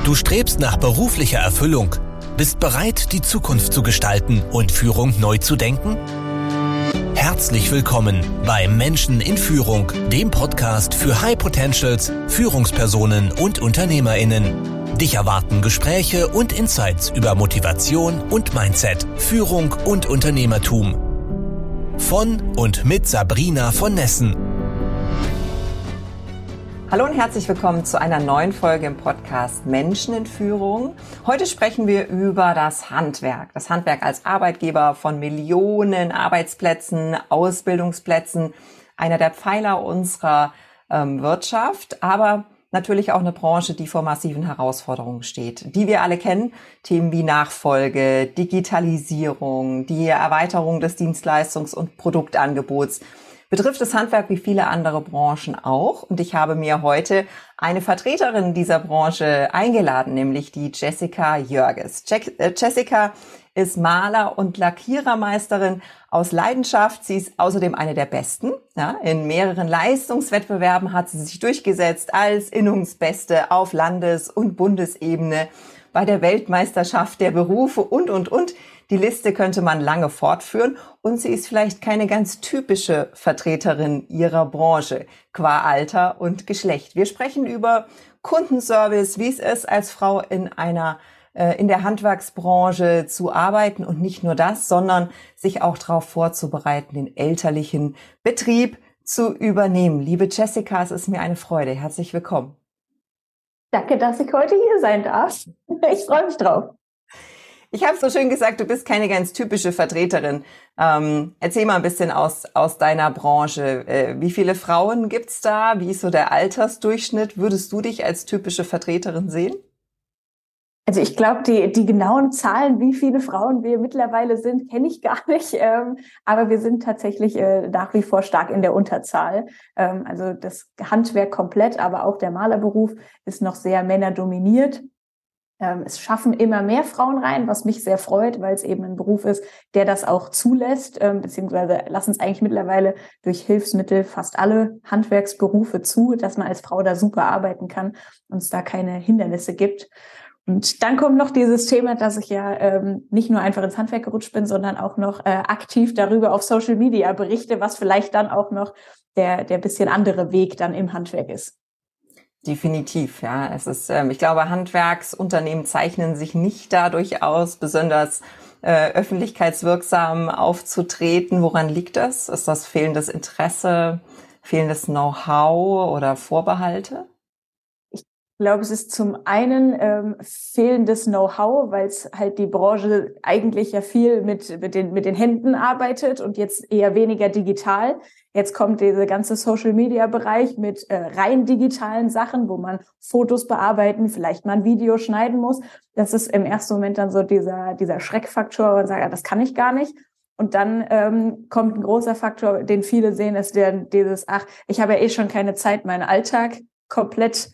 Du strebst nach beruflicher Erfüllung, bist bereit, die Zukunft zu gestalten und Führung neu zu denken? Herzlich willkommen bei Menschen in Führung, dem Podcast für High Potentials, Führungspersonen und UnternehmerInnen. Dich erwarten Gespräche und Insights über Motivation und Mindset, Führung und Unternehmertum. Von und mit Sabrina von Nessen. Hallo und herzlich willkommen zu einer neuen Folge im Podcast Menschen in Führung. Heute sprechen wir über das Handwerk. Das Handwerk als Arbeitgeber von Millionen Arbeitsplätzen, Ausbildungsplätzen. Einer der Pfeiler unserer Wirtschaft, aber natürlich auch eine Branche, die vor massiven Herausforderungen steht, die wir alle kennen. Themen wie Nachfolge, Digitalisierung, die Erweiterung des Dienstleistungs- und Produktangebots. Betrifft das Handwerk wie viele andere Branchen auch. Und ich habe mir heute eine Vertreterin dieser Branche eingeladen, nämlich die Jessica Jörges. Jessica ist Maler- und Lackierermeisterin aus Leidenschaft. Sie ist außerdem eine der Besten. Ja, in mehreren Leistungswettbewerben hat sie sich durchgesetzt als Innungsbeste auf Landes- und Bundesebene, bei der Weltmeisterschaft der Berufe und. Die Liste könnte man lange fortführen und sie ist vielleicht keine ganz typische Vertreterin ihrer Branche, qua Alter und Geschlecht. Wir sprechen über Kundenservice, wie es ist, als Frau in der Handwerksbranche zu arbeiten und nicht nur das, sondern sich auch darauf vorzubereiten, den elterlichen Betrieb zu übernehmen. Liebe Jessica, es ist mir eine Freude. Herzlich willkommen. Danke, dass ich heute hier sein darf. Ich freue mich drauf. Ich habe so schön gesagt, du bist keine ganz typische Vertreterin. Erzähl mal ein bisschen aus deiner Branche. Wie viele Frauen gibt's da? Wie ist so der Altersdurchschnitt? Würdest du dich als typische Vertreterin sehen? Also ich glaube, die genauen Zahlen, wie viele Frauen wir mittlerweile sind, kenne ich gar nicht. Aber wir sind tatsächlich nach wie vor stark in der Unterzahl. Also das Handwerk komplett, aber auch der Malerberuf ist noch sehr männerdominiert. Es schaffen immer mehr Frauen rein, was mich sehr freut, weil es eben ein Beruf ist, der das auch zulässt, beziehungsweise lassen es eigentlich mittlerweile durch Hilfsmittel fast alle Handwerksberufe zu, dass man als Frau da super arbeiten kann und es da keine Hindernisse gibt. Und dann kommt noch dieses Thema, dass ich ja nicht nur einfach ins Handwerk gerutscht bin, sondern auch noch aktiv darüber auf Social Media berichte, was vielleicht dann auch noch der bisschen andere Weg dann im Handwerk ist. Definitiv, ja. Es ist, ich glaube, Handwerksunternehmen zeichnen sich nicht dadurch aus, besonders öffentlichkeitswirksam aufzutreten. Woran liegt das? Ist das fehlendes Interesse, fehlendes Know-how oder Vorbehalte? Ich glaube, es ist zum einen fehlendes Know-how, weil es halt die Branche eigentlich ja viel mit den Händen arbeitet und jetzt eher weniger digital. Jetzt kommt dieser ganze Social-Media-Bereich mit rein digitalen Sachen, wo man Fotos bearbeiten, vielleicht mal ein Video schneiden muss. Das ist im ersten Moment dann so dieser Schreckfaktor, wo man sagt, ja, das kann ich gar nicht. Und dann kommt ein großer Faktor, den viele sehen, ist dieses, ich habe ja eh schon keine Zeit, meinen Alltag komplett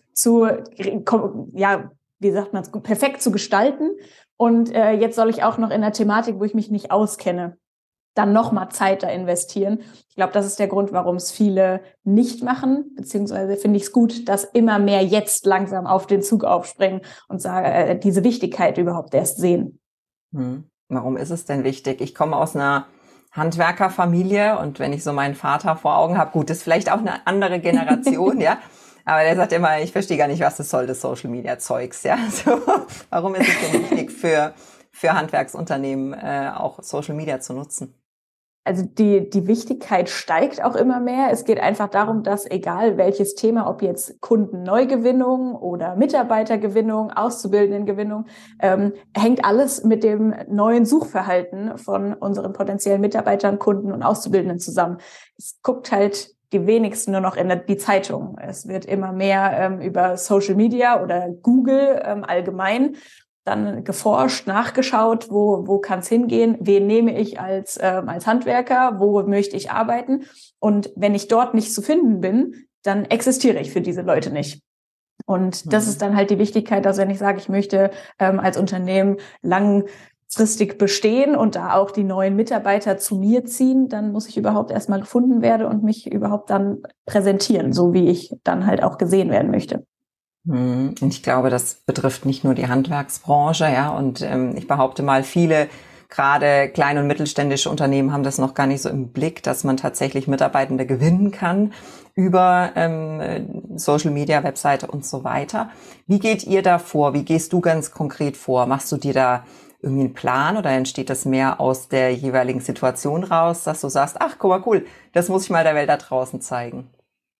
perfekt zu gestalten. Und jetzt soll ich auch noch in einer Thematik, wo ich mich nicht auskenne, dann nochmal Zeit da investieren. Ich glaube, das ist der Grund, warum es viele nicht machen, beziehungsweise finde ich es gut, dass immer mehr jetzt langsam auf den Zug aufspringen und diese Wichtigkeit überhaupt erst sehen. Warum ist es denn wichtig? Ich komme aus einer Handwerkerfamilie und wenn ich so meinen Vater vor Augen habe, gut, das ist vielleicht auch eine andere Generation, ja. Aber der sagt immer, ich verstehe gar nicht, was das soll, das Social-Media-Zeugs, ja. So, warum ist es denn wichtig für Handwerksunternehmen, auch Social Media zu nutzen? Also die Wichtigkeit steigt auch immer mehr. Es geht einfach darum, dass egal welches Thema, ob jetzt Kundenneugewinnung oder Mitarbeitergewinnung, Auszubildendengewinnung, hängt alles mit dem neuen Suchverhalten von unseren potenziellen Mitarbeitern, Kunden und Auszubildenden zusammen. Es guckt halt die wenigsten nur noch in die Zeitung. Es wird immer mehr über Social Media oder Google allgemein dann geforscht, nachgeschaut, wo kann es hingehen, wen nehme ich als Handwerker, wo möchte ich arbeiten. Und wenn ich dort nicht zu finden bin, dann existiere ich für diese Leute nicht. Und das ist dann halt die Wichtigkeit, dass wenn ich sage, ich möchte als Unternehmen langfristig bestehen und da auch die neuen Mitarbeiter zu mir ziehen, dann muss ich überhaupt erstmal gefunden werden und mich überhaupt dann präsentieren, so wie ich dann halt auch gesehen werden möchte. Und ich glaube, das betrifft nicht nur die Handwerksbranche, ja. Und ich behaupte mal, viele, gerade kleine und mittelständische Unternehmen haben das noch gar nicht so im Blick, dass man tatsächlich Mitarbeitende gewinnen kann über Social Media, Webseite und so weiter. Wie geht ihr da vor? Wie gehst du ganz konkret vor? Machst du dir da irgendwie einen Plan oder entsteht das mehr aus der jeweiligen Situation raus, dass du sagst, ach, guck mal, cool, das muss ich mal der Welt da draußen zeigen?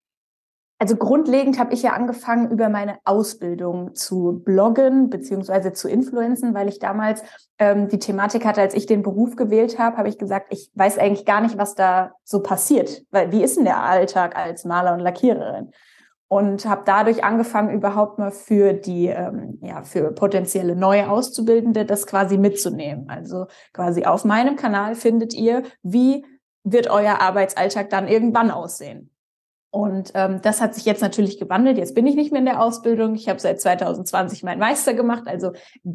Also grundlegend habe ich ja angefangen, über meine Ausbildung zu bloggen beziehungsweise zu influenzen, weil ich damals die Thematik hatte, als ich den Beruf gewählt habe, habe ich gesagt, ich weiß eigentlich gar nicht, was da so passiert. Weil wie ist denn der Alltag als Maler und Lackiererin? Und habe dadurch angefangen, überhaupt mal für die für potenzielle neue Auszubildende das quasi mitzunehmen. Also quasi auf meinem Kanal findet ihr, wie wird euer Arbeitsalltag dann irgendwann aussehen. Und das hat sich jetzt natürlich gewandelt. Jetzt bin ich nicht mehr in der Ausbildung. Ich habe seit 2020 meinen Meister gemacht. Also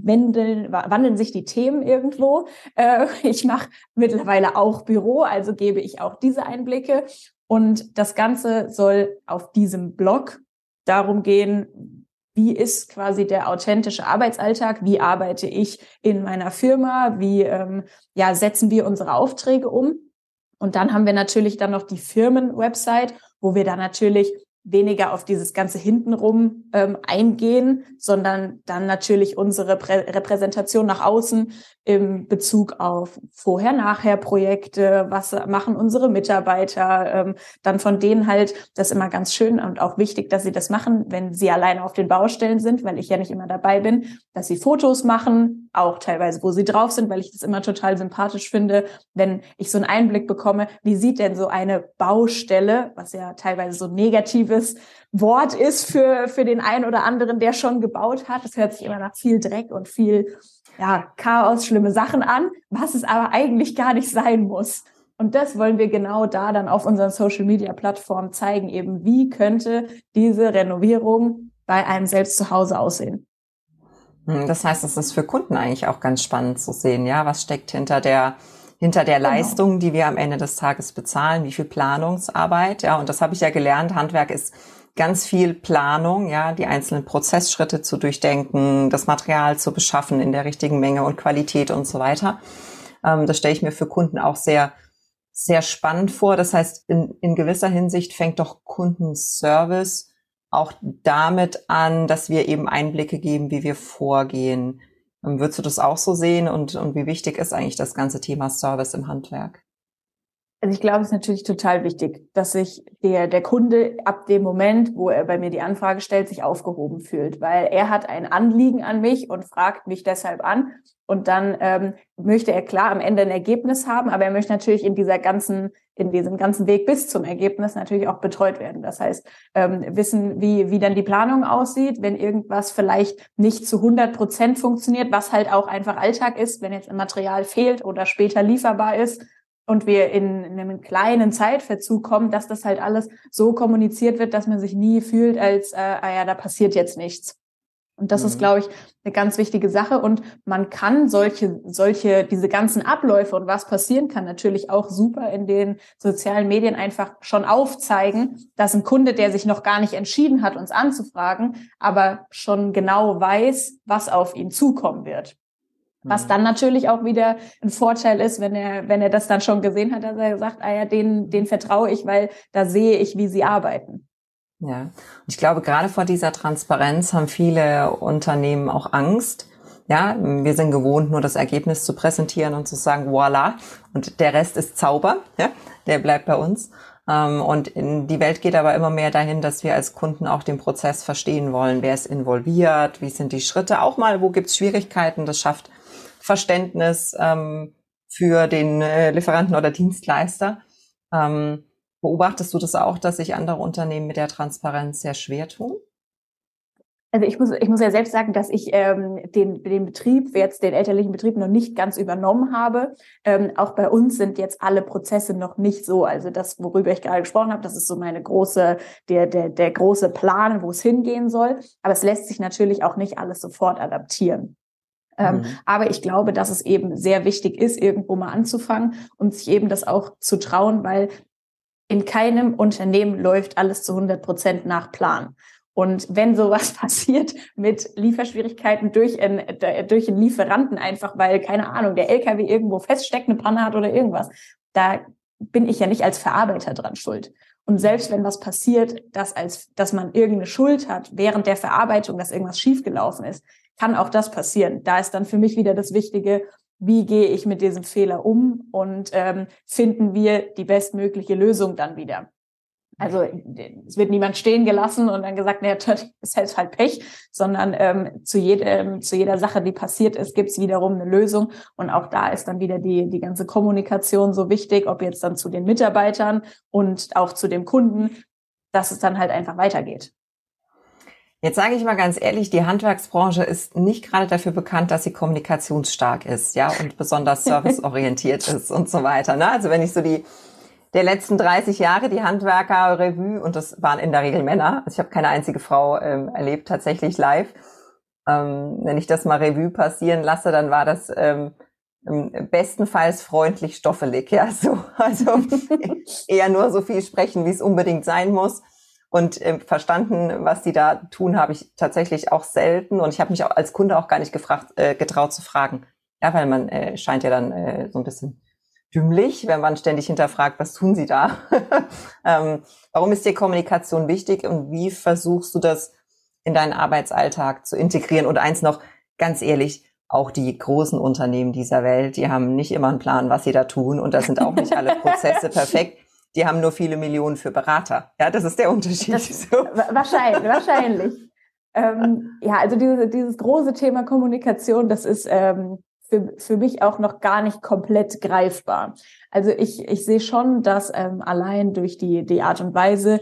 wandeln sich die Themen irgendwo. Ich mache mittlerweile auch Büro, also gebe ich auch diese Einblicke. Und das Ganze soll auf diesem Blog darum gehen, wie ist quasi der authentische Arbeitsalltag? Wie arbeite ich in meiner Firma? Wie setzen wir unsere Aufträge um? Und dann haben wir natürlich dann noch die Firmenwebsite, wo wir dann natürlich weniger auf dieses ganze Hintenrum eingehen, sondern dann natürlich unsere Repräsentation nach außen im Bezug auf Vorher-Nachher-Projekte, was machen unsere Mitarbeiter, dann von denen halt, das ist immer ganz schön und auch wichtig, dass sie das machen, wenn sie alleine auf den Baustellen sind, weil ich ja nicht immer dabei bin, dass sie Fotos machen, auch teilweise, wo sie drauf sind, weil ich das immer total sympathisch finde, wenn ich so einen Einblick bekomme, wie sieht denn so eine Baustelle, was ja teilweise so ein negatives Wort ist für den einen oder anderen, der schon gebaut hat. Das hört sich immer nach viel Dreck und viel Chaos, schlimme Sachen an, was es aber eigentlich gar nicht sein muss. Und das wollen wir genau da dann auf unseren Social-Media-Plattformen zeigen, eben wie könnte diese Renovierung bei einem selbst zu Hause aussehen. Das heißt, es ist für Kunden eigentlich auch ganz spannend zu sehen, ja, was steckt hinter der Leistung, die wir am Ende des Tages bezahlen, wie viel Planungsarbeit, ja, und das habe ich ja gelernt, Handwerk ist ganz viel Planung, ja, die einzelnen Prozessschritte zu durchdenken, das Material zu beschaffen in der richtigen Menge und Qualität und so weiter. Das stelle ich mir für Kunden auch sehr, sehr spannend vor. Das heißt, in gewisser Hinsicht fängt doch Kundenservice auch damit an, dass wir eben Einblicke geben, wie wir vorgehen. Würdest du das auch so sehen und wie wichtig ist eigentlich das ganze Thema Service im Handwerk? Also ich glaube, es ist natürlich total wichtig, dass sich der Kunde ab dem Moment, wo er bei mir die Anfrage stellt, sich aufgehoben fühlt, weil er hat ein Anliegen an mich und fragt mich deshalb an. Und dann möchte er klar am Ende ein Ergebnis haben, aber er möchte natürlich in diesem ganzen Weg bis zum Ergebnis natürlich auch betreut werden. Das heißt, wissen, wie dann die Planung aussieht, wenn irgendwas vielleicht nicht zu 100% funktioniert, was halt auch einfach Alltag ist, wenn jetzt ein Material fehlt oder später lieferbar ist. Und wir in einem kleinen Zeitverzug kommen, dass das halt alles so kommuniziert wird, dass man sich nie fühlt, als da passiert jetzt nichts. Und das ist, glaube ich, eine ganz wichtige Sache. Und man kann diese ganzen Abläufe und was passieren kann, natürlich auch super in den sozialen Medien einfach schon aufzeigen, dass ein Kunde, der sich noch gar nicht entschieden hat, uns anzufragen, aber schon genau weiß, was auf ihn zukommen wird. Was dann natürlich auch wieder ein Vorteil ist, wenn er das dann schon gesehen hat, dass er sagt, den vertraue ich, weil da sehe ich, wie sie arbeiten. Ja, und ich glaube, gerade vor dieser Transparenz haben viele Unternehmen auch Angst. Ja, wir sind gewohnt, nur das Ergebnis zu präsentieren und zu sagen, voila, und der Rest ist Zauber, ja, der bleibt bei uns. Und die Welt geht aber immer mehr dahin, dass wir als Kunden auch den Prozess verstehen wollen. Wer ist involviert? Wie sind die Schritte? Auch mal, wo gibt's Schwierigkeiten? Das schafft Verständnis für den Lieferanten oder Dienstleister. Beobachtest du das auch, dass sich andere Unternehmen mit der Transparenz sehr schwer tun? Also ich muss ja selbst sagen, dass ich den Betrieb, jetzt den elterlichen Betrieb, noch nicht ganz übernommen habe. Auch bei uns sind jetzt alle Prozesse noch nicht so. Also das, worüber ich gerade gesprochen habe, das ist so der große Plan, wo es hingehen soll. Aber es lässt sich natürlich auch nicht alles sofort adaptieren. Aber ich glaube, dass es eben sehr wichtig ist, irgendwo mal anzufangen und sich eben das auch zu trauen, weil in keinem Unternehmen läuft alles zu 100% nach Plan. Und wenn sowas passiert mit Lieferschwierigkeiten durch einen Lieferanten einfach, weil, keine Ahnung, der LKW irgendwo feststeckt, eine Panne hat oder irgendwas, da bin ich ja nicht als Verarbeiter dran schuld. Und selbst wenn was passiert, dass man irgendeine Schuld hat während der Verarbeitung, dass irgendwas schiefgelaufen ist, kann auch das passieren. Da ist dann für mich wieder das Wichtige, wie gehe ich mit diesem Fehler um und finden wir die bestmögliche Lösung dann wieder. Also es wird niemand stehen gelassen und dann gesagt, naja, das ist halt Pech, sondern zu jeder Sache, die passiert ist, gibt es wiederum eine Lösung. Und auch da ist dann wieder die ganze Kommunikation so wichtig, ob jetzt dann zu den Mitarbeitern und auch zu dem Kunden, dass es dann halt einfach weitergeht. Jetzt sage ich mal ganz ehrlich, die Handwerksbranche ist nicht gerade dafür bekannt, dass sie kommunikationsstark ist, ja, und besonders serviceorientiert ist und so weiter, ne? Also wenn ich so der letzten 30 Jahre die Handwerker-Revue, und das waren in der Regel Männer, also ich habe keine einzige Frau erlebt, tatsächlich live. Wenn ich das mal Revue passieren lasse, dann war das bestenfalls freundlich stoffelig, ja, so. Also eher nur so viel sprechen, wie es unbedingt sein muss. Und verstanden, was die da tun, habe ich tatsächlich auch selten. Und ich habe mich auch als Kunde auch gar nicht getraut zu fragen. Ja, weil man scheint ja dann so ein bisschen dümmlich, wenn man ständig hinterfragt, was tun sie da? Warum ist dir Kommunikation wichtig und wie versuchst du das in deinen Arbeitsalltag zu integrieren? Und eins noch, ganz ehrlich, auch die großen Unternehmen dieser Welt, die haben nicht immer einen Plan, was sie da tun. Und da sind auch nicht alle Prozesse perfekt. Die haben nur viele Millionen für Berater. Ja, das ist der Unterschied. Wahrscheinlich. Ja, also dieses große Thema Kommunikation, das ist für mich auch noch gar nicht komplett greifbar. Also ich sehe schon, dass allein durch die Art und Weise,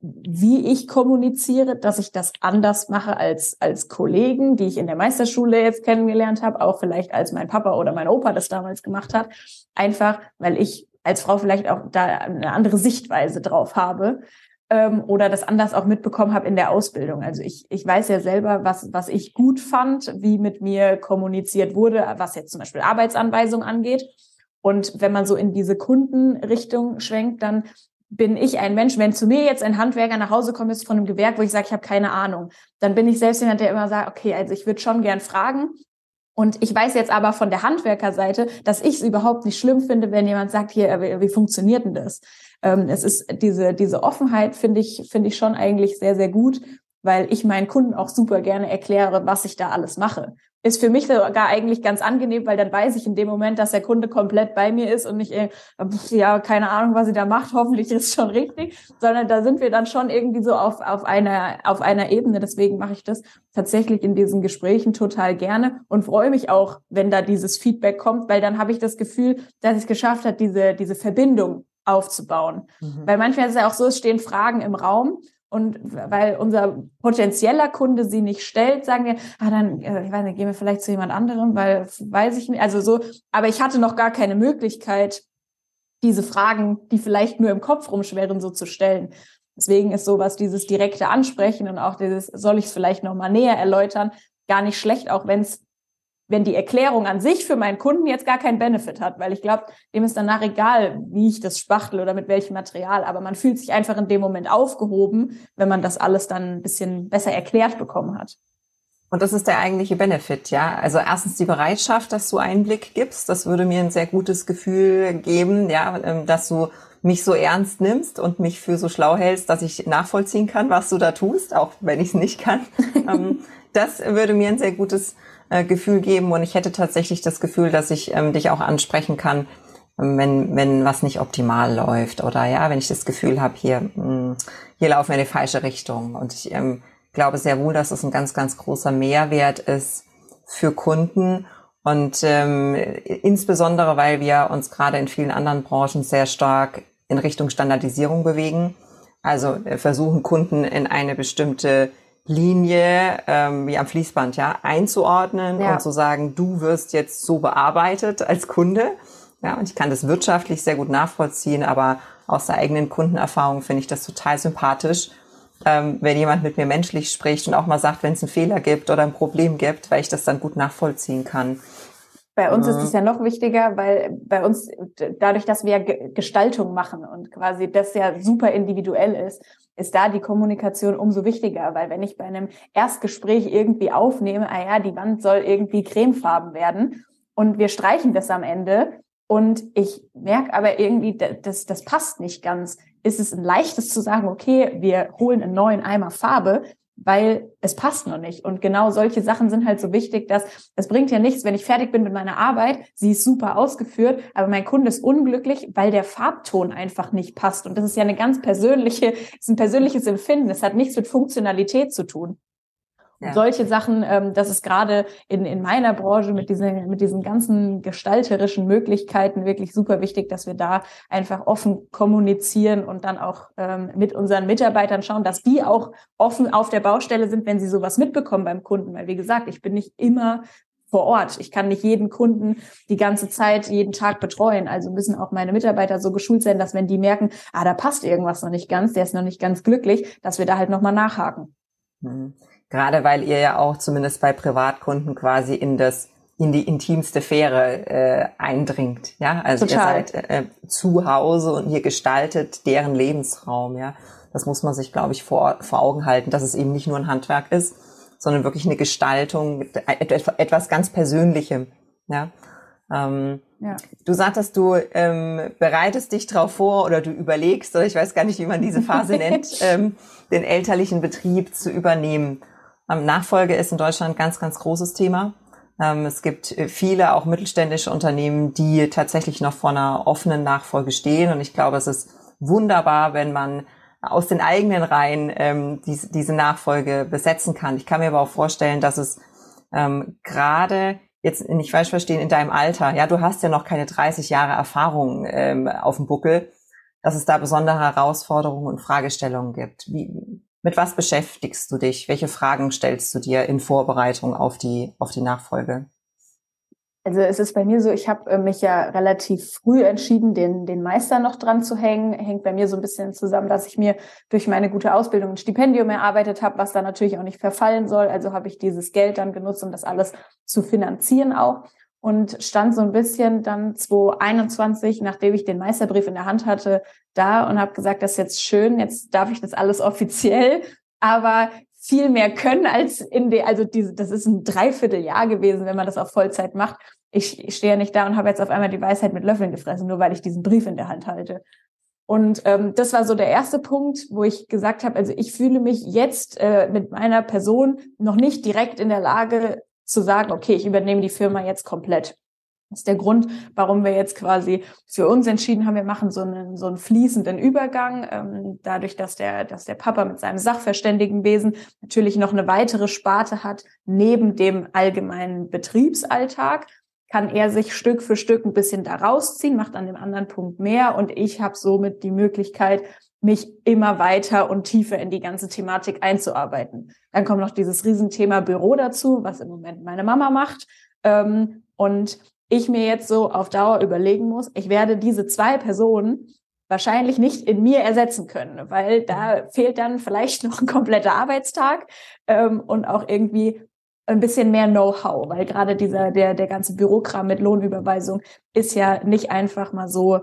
wie ich kommuniziere, dass ich das anders mache als Kollegen, die ich in der Meisterschule jetzt kennengelernt habe, auch vielleicht als mein Papa oder mein Opa das damals gemacht hat. Einfach, weil ich als Frau vielleicht auch da eine andere Sichtweise drauf habe oder das anders auch mitbekommen habe in der Ausbildung. Also ich weiß ja selber, was ich gut fand, wie mit mir kommuniziert wurde, was jetzt zum Beispiel Arbeitsanweisung angeht. Und wenn man so in diese Kundenrichtung schwenkt, dann bin ich ein Mensch, wenn zu mir jetzt ein Handwerker nach Hause kommt ist von einem Gewerk, wo ich sage, ich habe keine Ahnung, dann bin ich selbst jemand, der immer sagt, okay, also ich würde schon gern fragen. Und ich weiß jetzt aber von der Handwerkerseite, dass ich es überhaupt nicht schlimm finde, wenn jemand sagt, hier, wie funktioniert denn das? Es ist diese Offenheit finde ich schon eigentlich sehr, sehr gut, weil ich meinen Kunden auch super gerne erkläre, was ich da alles mache. Ist für mich sogar eigentlich ganz angenehm, weil dann weiß ich in dem Moment, dass der Kunde komplett bei mir ist und nicht, ja, keine Ahnung, was sie da macht, hoffentlich ist es schon richtig, sondern da sind wir dann schon irgendwie so auf einer Ebene. Deswegen mache ich das tatsächlich in diesen Gesprächen total gerne und freue mich auch, wenn da dieses Feedback kommt, weil dann habe ich das Gefühl, dass ich es geschafft habe, diese Verbindung aufzubauen. Weil manchmal ist es ja auch so, es stehen Fragen im Raum. Und weil unser potenzieller Kunde sie nicht stellt, sagen wir, dann, ich weiß nicht, gehen wir vielleicht zu jemand anderem, weil, weiß ich nicht, also so, aber ich hatte noch gar keine Möglichkeit, diese Fragen, die vielleicht nur im Kopf rumschwirren, so zu stellen. Deswegen ist sowas, dieses direkte Ansprechen und auch dieses, soll ich es vielleicht nochmal näher erläutern, gar nicht schlecht, auch wenn die Erklärung an sich für meinen Kunden jetzt gar keinen Benefit hat, weil ich glaube, dem ist danach egal, wie ich das spachtel oder mit welchem Material, aber man fühlt sich einfach in dem Moment aufgehoben, wenn man das alles dann ein bisschen besser erklärt bekommen hat. Und das ist der eigentliche Benefit, ja. Also erstens die Bereitschaft, dass du Einblick gibst, das würde mir ein sehr gutes Gefühl geben, ja, dass du mich so ernst nimmst und mich für so schlau hältst, dass ich nachvollziehen kann, was du da tust, auch wenn ich es nicht kann. Das würde mir ein sehr gutes Gefühl geben und ich hätte tatsächlich das Gefühl, dass ich dich auch ansprechen kann, wenn was nicht optimal läuft oder ja, wenn ich das Gefühl habe, hier laufen wir in die falsche Richtung. Und ich glaube sehr wohl, dass es ein ganz, ganz großer Mehrwert ist für Kunden und insbesondere, weil wir uns gerade in vielen anderen Branchen sehr stark in Richtung Standardisierung bewegen. Also versuchen Kunden in eine bestimmte Linie wie am Fließband ja einzuordnen und zu sagen, du wirst jetzt so bearbeitet als Kunde. Ja, und ich kann das wirtschaftlich sehr gut nachvollziehen, aber aus der eigenen Kundenerfahrung finde ich das total sympathisch, wenn jemand mit mir menschlich spricht und auch mal sagt, wenn es einen Fehler gibt oder ein Problem gibt, weil ich das dann gut nachvollziehen kann. Bei uns ist es ja noch wichtiger, weil bei uns, dadurch, dass wir Gestaltung machen und quasi das ja super individuell ist, ist da die Kommunikation umso wichtiger, weil wenn ich bei einem Erstgespräch irgendwie aufnehme, die Wand soll irgendwie cremefarben werden und wir streichen das am Ende und ich merke aber irgendwie, das passt nicht ganz, ist es ein leichtes zu sagen, okay, wir holen einen neuen Eimer Farbe, weil es passt noch nicht. Und genau solche Sachen sind halt so wichtig, dass es bringt ja nichts, wenn ich fertig bin mit meiner Arbeit, sie ist super ausgeführt, aber mein Kunde ist unglücklich, weil der Farbton einfach nicht passt. Und das ist ja ein persönliches Empfinden. Es hat nichts mit Funktionalität zu tun. Und solche Sachen, das ist gerade in meiner Branche mit diesen ganzen gestalterischen Möglichkeiten wirklich super wichtig, dass wir da einfach offen kommunizieren und dann auch mit unseren Mitarbeitern schauen, dass die auch offen auf der Baustelle sind, wenn sie sowas mitbekommen beim Kunden. Weil wie gesagt, ich bin nicht immer vor Ort. Ich kann nicht jeden Kunden die ganze Zeit, jeden Tag betreuen. Also müssen auch meine Mitarbeiter so geschult sein, dass wenn die merken, da passt irgendwas noch nicht ganz, der ist noch nicht ganz glücklich, dass wir da halt nochmal nachhaken. Gerade weil ihr ja auch zumindest bei Privatkunden quasi in die intimste Sphäre eindringt, ja. Also Total. Ihr seid zu Hause und ihr gestaltet deren Lebensraum, ja. Das muss man sich, glaube ich, vor Augen halten, dass es eben nicht nur ein Handwerk ist, sondern wirklich eine Gestaltung mit etwas ganz Persönlichem, ja. Du sagtest, du bereitest dich drauf vor oder du überlegst, oder ich weiß gar nicht, wie man diese Phase nennt, den elterlichen Betrieb zu übernehmen. Nachfolge ist in Deutschland ein ganz, ganz großes Thema. Es gibt viele, auch mittelständische Unternehmen, die tatsächlich noch vor einer offenen Nachfolge stehen. Und ich glaube, es ist wunderbar, wenn man aus den eigenen Reihen diese Nachfolge besetzen kann. Ich kann mir aber auch vorstellen, dass es gerade jetzt nicht falsch verstehen, in deinem Alter, ja, du hast ja noch keine 30 Jahre Erfahrung auf dem Buckel, dass es da besondere Herausforderungen und Fragestellungen gibt. Mit was beschäftigst du dich? Welche Fragen stellst du dir in Vorbereitung auf die Nachfolge? Also es ist bei mir so, ich habe mich ja relativ früh entschieden, den Meister noch dran zu hängen. Hängt bei mir so ein bisschen zusammen, dass ich mir durch meine gute Ausbildung ein Stipendium erarbeitet habe, was da natürlich auch nicht verfallen soll. Also habe ich dieses Geld dann genutzt, um das alles zu finanzieren auch. Und stand so ein bisschen dann 2021, nachdem ich den Meisterbrief in der Hand hatte, da und habe gesagt, das ist jetzt schön, jetzt darf ich das alles offiziell, aber viel mehr können als das ist ein Dreivierteljahr gewesen, wenn man das auf Vollzeit macht. Ich stehe ja nicht da und habe jetzt auf einmal die Weisheit mit Löffeln gefressen, nur weil ich diesen Brief in der Hand halte. Und das war so der erste Punkt, wo ich gesagt habe, also ich fühle mich jetzt mit meiner Person noch nicht direkt in der Lage zu sagen, okay, ich übernehme die Firma jetzt komplett. Das ist der Grund, warum wir jetzt quasi für uns entschieden haben, wir machen so einen fließenden Übergang. Dadurch, dass der Papa mit seinem Sachverständigenwesen natürlich noch eine weitere Sparte hat, neben dem allgemeinen Betriebsalltag, kann er sich Stück für Stück ein bisschen da rausziehen, macht an dem anderen Punkt mehr und ich habe somit die Möglichkeit, mich immer weiter und tiefer in die ganze Thematik einzuarbeiten. Dann kommt noch dieses Riesenthema Büro dazu, was im Moment meine Mama macht. Und ich mir jetzt so auf Dauer überlegen muss, ich werde diese 2 Personen wahrscheinlich nicht in mir ersetzen können, weil da fehlt dann vielleicht noch ein kompletter Arbeitstag und auch irgendwie ein bisschen mehr Know-how, weil gerade der ganze Bürokram mit Lohnüberweisung ist ja nicht einfach mal so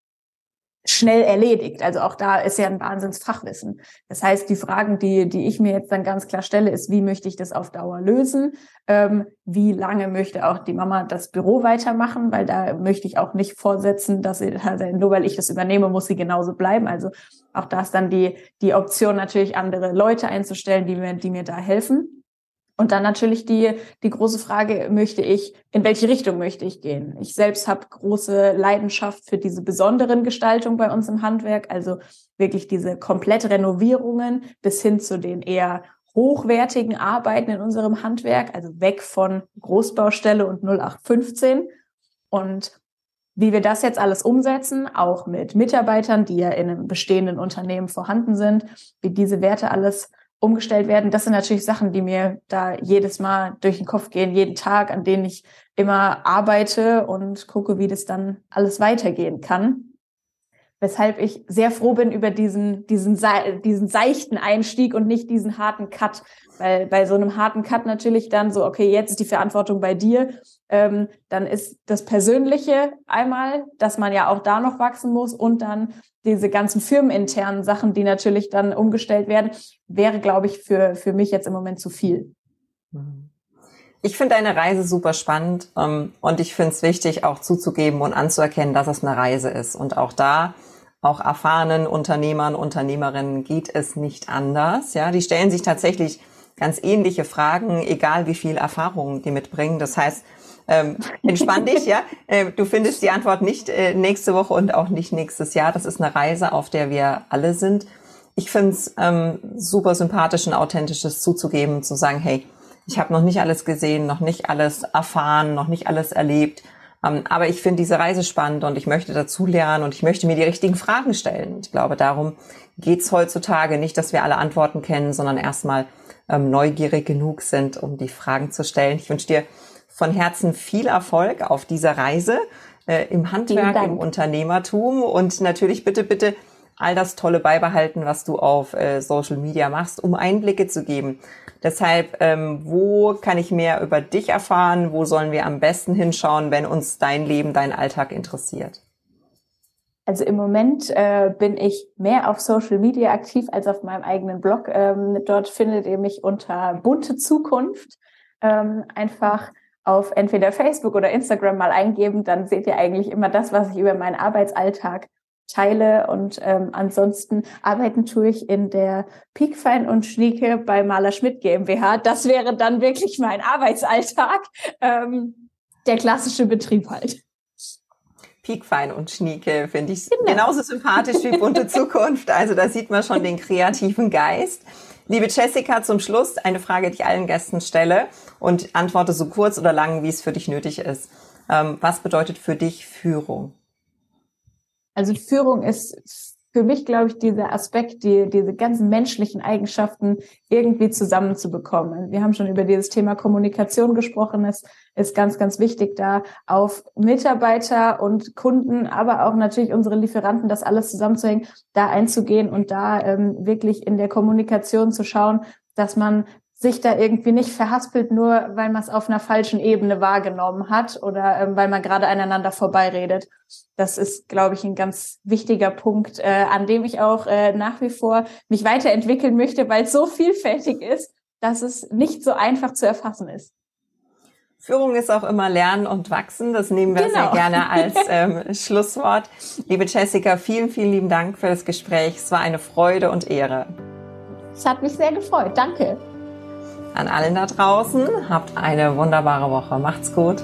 schnell erledigt. Also auch da ist ja ein Wahnsinnsfachwissen. Das heißt, die Fragen, die ich mir jetzt dann ganz klar stelle, ist, wie möchte ich das auf Dauer lösen? Wie lange möchte auch die Mama das Büro weitermachen? Weil da möchte ich auch nicht vorsetzen, dass sie, nur weil ich das übernehme, muss sie genauso bleiben. Also auch da ist dann die Option natürlich, andere Leute einzustellen, die mir da helfen. Und dann natürlich die große Frage, in welche Richtung möchte ich gehen? Ich selbst habe große Leidenschaft für diese besonderen Gestaltungen bei uns im Handwerk, also wirklich diese komplette Renovierungen bis hin zu den eher hochwertigen Arbeiten in unserem Handwerk, also weg von Großbaustelle und 0815. Und wie wir das jetzt alles umsetzen, auch mit Mitarbeitern, die ja in einem bestehenden Unternehmen vorhanden sind, wie diese Werte alles umgestellt werden. Das sind natürlich Sachen, die mir da jedes Mal durch den Kopf gehen, jeden Tag, an denen ich immer arbeite und gucke, wie das dann alles weitergehen kann. weshalb ich sehr froh bin über diesen seichten Einstieg und nicht diesen harten Cut. Weil bei so einem harten Cut natürlich dann so, okay, jetzt ist die Verantwortung bei dir. Dann ist das Persönliche einmal, dass man ja auch da noch wachsen muss und dann diese ganzen firmeninternen Sachen, die natürlich dann umgestellt werden, wäre, glaube ich, für mich jetzt im Moment zu viel. Ich finde deine Reise super spannend und ich finde es wichtig, auch zuzugeben und anzuerkennen, dass es eine Reise ist. Und auch da, auch erfahrenen Unternehmern, Unternehmerinnen geht es nicht anders. Ja, die stellen sich tatsächlich ganz ähnliche Fragen, egal wie viel Erfahrung die mitbringen. Das heißt, entspann dich, ja. Du findest die Antwort nicht nächste Woche und auch nicht nächstes Jahr. Das ist eine Reise, auf der wir alle sind. Ich finde es super sympathisch und authentisches zuzugeben, zu sagen, hey, ich habe noch nicht alles gesehen, noch nicht alles erfahren, noch nicht alles erlebt. Aber ich finde diese Reise spannend und ich möchte dazulernen und ich möchte mir die richtigen Fragen stellen. Ich glaube, darum geht's heutzutage nicht, dass wir alle Antworten kennen, sondern erstmal neugierig genug sind, um die Fragen zu stellen. Ich wünsche dir von Herzen viel Erfolg auf dieser Reise im Handwerk, im Unternehmertum und natürlich bitte all das Tolle beibehalten, was du auf Social Media machst, um Einblicke zu geben. Deshalb, wo kann ich mehr über dich erfahren? Wo sollen wir am besten hinschauen, wenn uns dein Leben, dein Alltag interessiert? Also im Moment bin ich mehr auf Social Media aktiv als auf meinem eigenen Blog. Dort findet ihr mich unter Bunte Zukunft. Einfach auf entweder Facebook oder Instagram mal eingeben, dann seht ihr eigentlich immer das, was ich über meinen Arbeitsalltag teile. Und ansonsten arbeiten tue ich in der Piekfein und Schnieke bei Maler Schmidt GmbH. Das wäre dann wirklich mein Arbeitsalltag. Der klassische Betrieb halt. Piekfein und Schnieke finde ich genauso sympathisch wie Bunte Zukunft. Also da sieht man schon den kreativen Geist. Liebe Jessica, zum Schluss eine Frage, die ich allen Gästen stelle und antworte so kurz oder lang, wie es für dich nötig ist. Was bedeutet für dich Führung? Also Führung ist für mich, glaube ich, dieser Aspekt, diese ganzen menschlichen Eigenschaften irgendwie zusammenzubekommen. Wir haben schon über dieses Thema Kommunikation gesprochen. Es ist ganz, ganz wichtig, da auf Mitarbeiter und Kunden, aber auch natürlich unsere Lieferanten, das alles zusammenzuhängen, da einzugehen und da wirklich in der Kommunikation zu schauen, dass man sich da irgendwie nicht verhaspelt, nur weil man es auf einer falschen Ebene wahrgenommen hat oder weil man gerade aneinander vorbeiredet. Das ist, glaube ich, ein ganz wichtiger Punkt, an dem ich auch nach wie vor mich weiterentwickeln möchte, weil es so vielfältig ist, dass es nicht so einfach zu erfassen ist. Führung ist auch immer Lernen und Wachsen. Das nehmen wir sehr gerne als Schlusswort. Liebe Jessica, vielen, vielen lieben Dank für das Gespräch. Es war eine Freude und Ehre. Es hat mich sehr gefreut. Danke. An allen da draußen, habt eine wunderbare Woche. Macht's gut.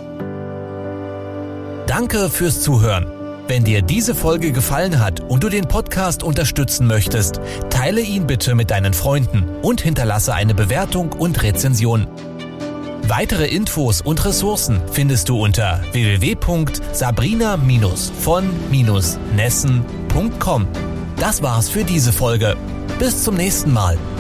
Danke fürs Zuhören. Wenn dir diese Folge gefallen hat und du den Podcast unterstützen möchtest, teile ihn bitte mit deinen Freunden und hinterlasse eine Bewertung und Rezension. Weitere Infos und Ressourcen findest du unter www.sabrina-von-nessen.com. Das war's für diese Folge. Bis zum nächsten Mal.